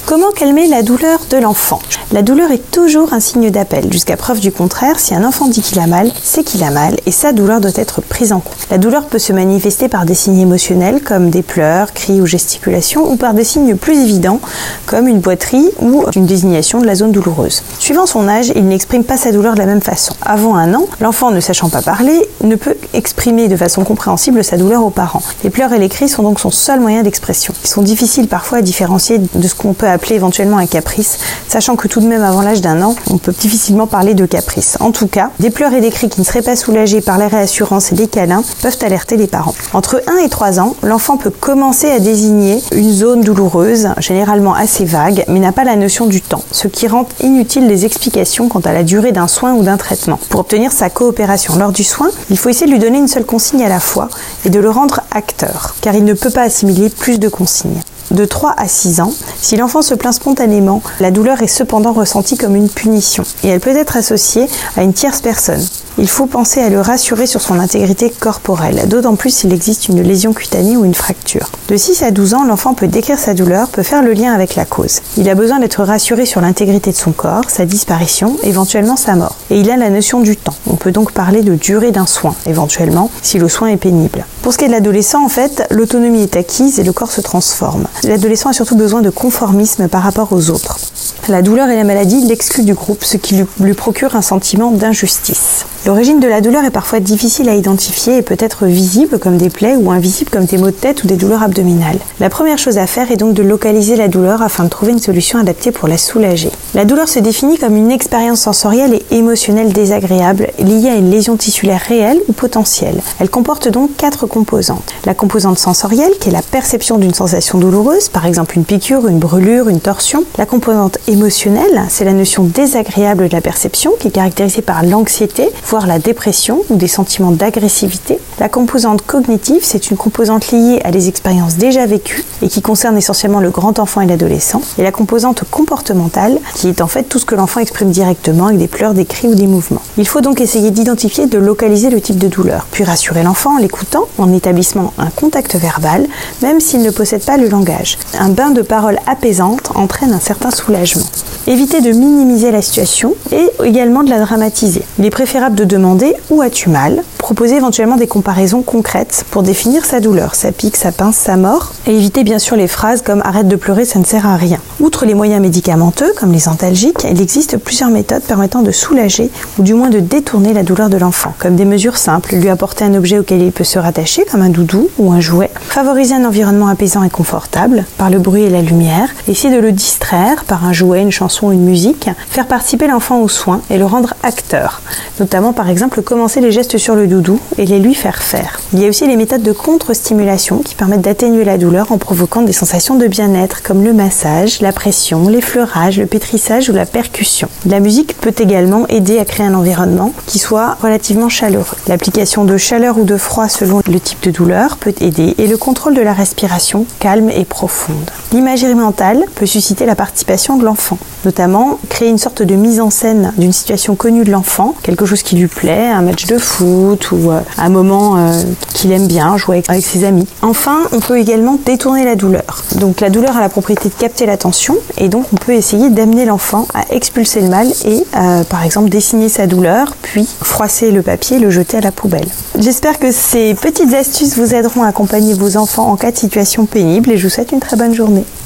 Comment calmer la douleur de l'enfant ? La douleur est toujours un signe d'appel. Jusqu'à preuve du contraire, si un enfant dit qu'il a mal, c'est qu'il a mal et sa douleur doit être prise en compte. La douleur peut se manifester par des signes émotionnels comme des pleurs, cris ou gesticulations ou par des signes plus évidents comme une boiterie ou une désignation de la zone douloureuse. Suivant son âge, il n'exprime pas sa douleur de la même façon. Avant 1 an, l'enfant ne sachant pas parler ne peut exprimer de façon compréhensible sa douleur aux parents. Les pleurs et les cris sont donc son seul moyen d'expression. Ils sont difficiles parfois à différencier de ce qu'on peut appeler éventuellement un caprice, sachant que tout de même avant l'âge d'1 an, on peut difficilement parler de caprice. En tout cas, des pleurs et des cris qui ne seraient pas soulagés par la réassurance et les câlins peuvent alerter les parents. Entre 1 et 3 ans, l'enfant peut commencer à désigner une zone douloureuse, généralement assez vague, mais n'a pas la notion du temps, ce qui rend inutile les explications quant à la durée d'un soin ou d'un traitement. Pour obtenir sa coopération lors du soin, il faut essayer de lui donner une seule consigne à la fois et de le rendre acteur, car il ne peut pas assimiler plus de consignes. De 3 à 6 ans, si l'enfant se plaint spontanément, la douleur est cependant ressentie comme une punition et elle peut être associée à une tierce personne. Il faut penser à le rassurer sur son intégrité corporelle, d'autant plus s'il existe une lésion cutanée ou une fracture. De 6 à 12 ans, l'enfant peut décrire sa douleur, peut faire le lien avec la cause. Il a besoin d'être rassuré sur l'intégrité de son corps, sa disparition, éventuellement sa mort. Et il a la notion du temps. On peut donc parler de durée d'un soin, éventuellement, si le soin est pénible. Pour ce qui est de l'adolescent, en fait, l'autonomie est acquise et le corps se transforme. L'adolescent a surtout besoin de conformisme par rapport aux autres. La douleur et la maladie l'excluent du groupe, ce qui lui procure un sentiment d'injustice. L'origine de la douleur est parfois difficile à identifier et peut être visible comme des plaies ou invisible comme des maux de tête ou des douleurs abdominales. La première chose à faire est donc de localiser la douleur afin de trouver une solution adaptée pour la soulager. La douleur se définit comme une expérience sensorielle et émotionnelle désagréable liée à une lésion tissulaire réelle ou potentielle. Elle comporte donc 4 composantes. La composante sensorielle, qui est la perception d'une sensation douloureuse, par exemple une piqûre, une brûlure, une torsion. La composante émotionnelle, c'est la notion désagréable de la perception, qui est caractérisée par l'anxiété, voire la dépression ou des sentiments d'agressivité. La composante cognitive, c'est une composante liée à des expériences déjà vécues et qui concerne essentiellement le grand enfant et l'adolescent. Et la composante comportementale, qui est en fait tout ce que l'enfant exprime directement avec des pleurs, des cris ou des mouvements. Il faut donc essayer d'identifier et de localiser le type de douleur, puis rassurer l'enfant en l'écoutant, en établissant un contact verbal, même s'il ne possède pas le langage. Un bain de paroles apaisantes entraîne un certain soulagement. Éviter de minimiser la situation et également de la dramatiser. Il est préférable de demander « Où as-tu mal ?», proposer éventuellement des comparaisons concrètes pour définir sa douleur, sa pique, sa pince, sa mort, et éviter bien sûr les phrases comme « Arrête de pleurer, ça ne sert à rien ». Outre les moyens médicamenteux, comme les antalgiques, il existe plusieurs méthodes permettant de soulager ou du moins de détourner la douleur de l'enfant, comme des mesures simples, lui apporter un objet auquel il peut se rattacher, comme un doudou ou un jouet, favoriser un environnement apaisant et confortable, par le bruit et la lumière, essayer de le distraire par un jouet, une chanson, une musique, faire participer l'enfant aux soins et le rendre acteur, notamment par exemple commencer les gestes sur le doudou et les lui faire faire. Il y a aussi les méthodes de contre-stimulation qui permettent d'atténuer la douleur en provoquant des sensations de bien-être comme le massage, la pression, l'effleurage, le pétrissage ou la percussion. La musique peut également aider à créer un environnement qui soit relativement chaleureux. L'application de chaleur ou de froid selon le type de douleur peut aider et le contrôle de la respiration calme et profonde. L'imagerie mentale peut susciter la participation de l'enfant, notamment créer une sorte de mise en scène d'une situation connue de l'enfant, quelque chose qui lui plaît, un match de foot ou un moment qu'il aime bien, jouer avec ses amis. Enfin, on peut également détourner la douleur. Donc la douleur a la propriété de capter l'attention et donc on peut essayer d'amener l'enfant à expulser le mal et par exemple dessiner sa douleur, puis froisser le papier et le jeter à la poubelle. J'espère que ces petites astuces vous aideront à accompagner vos enfants en cas de situation pénible et je vous souhaite une très bonne journée.